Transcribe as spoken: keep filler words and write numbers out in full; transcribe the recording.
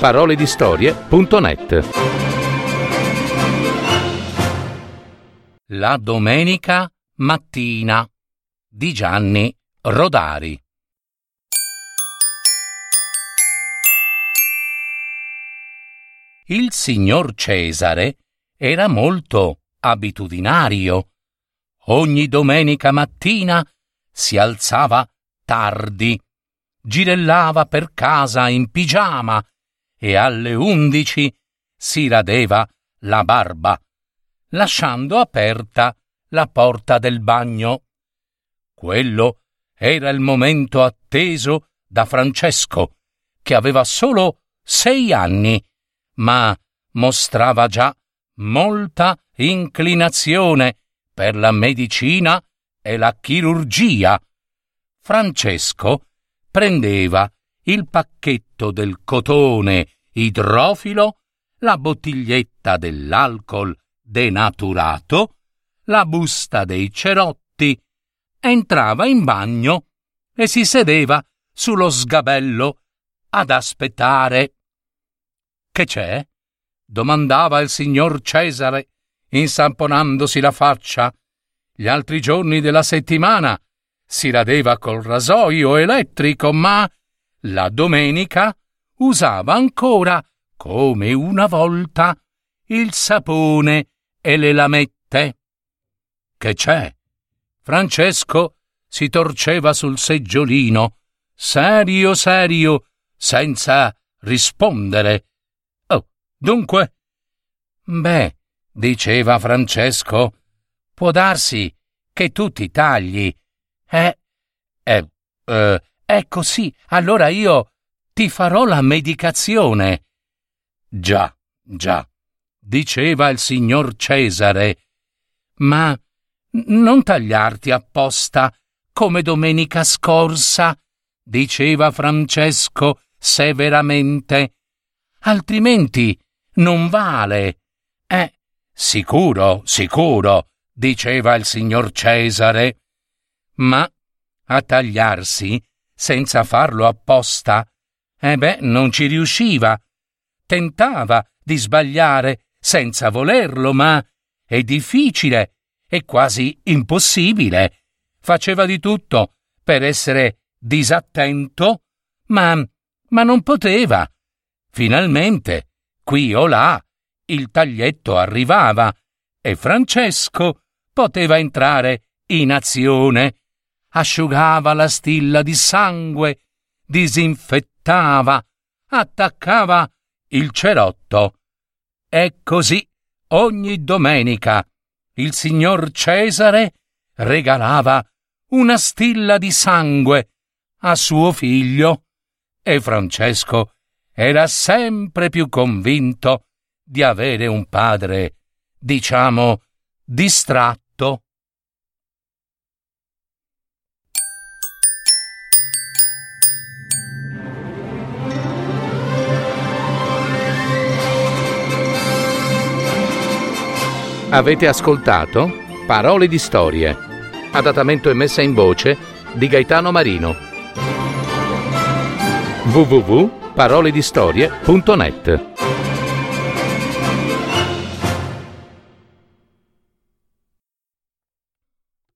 parole di storie punto net. La domenica mattina di Gianni Rodari. Il signor Cesare era molto abitudinario. Ogni domenica mattina si alzava tardi, girellava per casa in pigiama e alle undici si radeva la barba, lasciando aperta la porta del bagno. Quello era il momento atteso da Francesco, che aveva solo sei anni, ma mostrava già molta inclinazione per la medicina e la chirurgia. Francesco prendeva il pacchetto del cotone idrofilo, la bottiglietta dell'alcol denaturato, la busta dei cerotti, entrava in bagno e si sedeva sullo sgabello ad aspettare. «Che c'è?» domandava il signor Cesare, insamponandosi la faccia. Gli altri giorni della settimana si radeva col rasoio elettrico, ma la domenica usava ancora, come una volta, il sapone e le lamette. «Che c'è?» Francesco si torceva sul seggiolino, serio serio, senza rispondere. «Oh, dunque?» «Beh», diceva Francesco, «può darsi che tu ti tagli. Eh, eh, eh, è così, allora io ti farò la medicazione». «Già, già», diceva il signor Cesare, «ma non tagliarti apposta come domenica scorsa», diceva Francesco severamente, «altrimenti non vale». «Eh, sicuro, sicuro», diceva il signor Cesare, ma a tagliarsi senza farlo apposta, eh beh, non ci riusciva. Tentava di sbagliare senza volerlo, ma è difficile, è quasi impossibile. Faceva di tutto per essere disattento, ma, ma non poteva. Finalmente, qui o là, il taglietto arrivava e Francesco poteva entrare in azione. Asciugava la stilla di sangue, disinfettava, attaccava il cerotto. E così ogni domenica il signor Cesare regalava una stilla di sangue a suo figlio e Francesco era sempre più convinto di avere un padre, diciamo, distratto. Avete ascoltato Parole di storie, adattamento e messa in voce di Gaetano Marino. w w w punto parole di storie punto net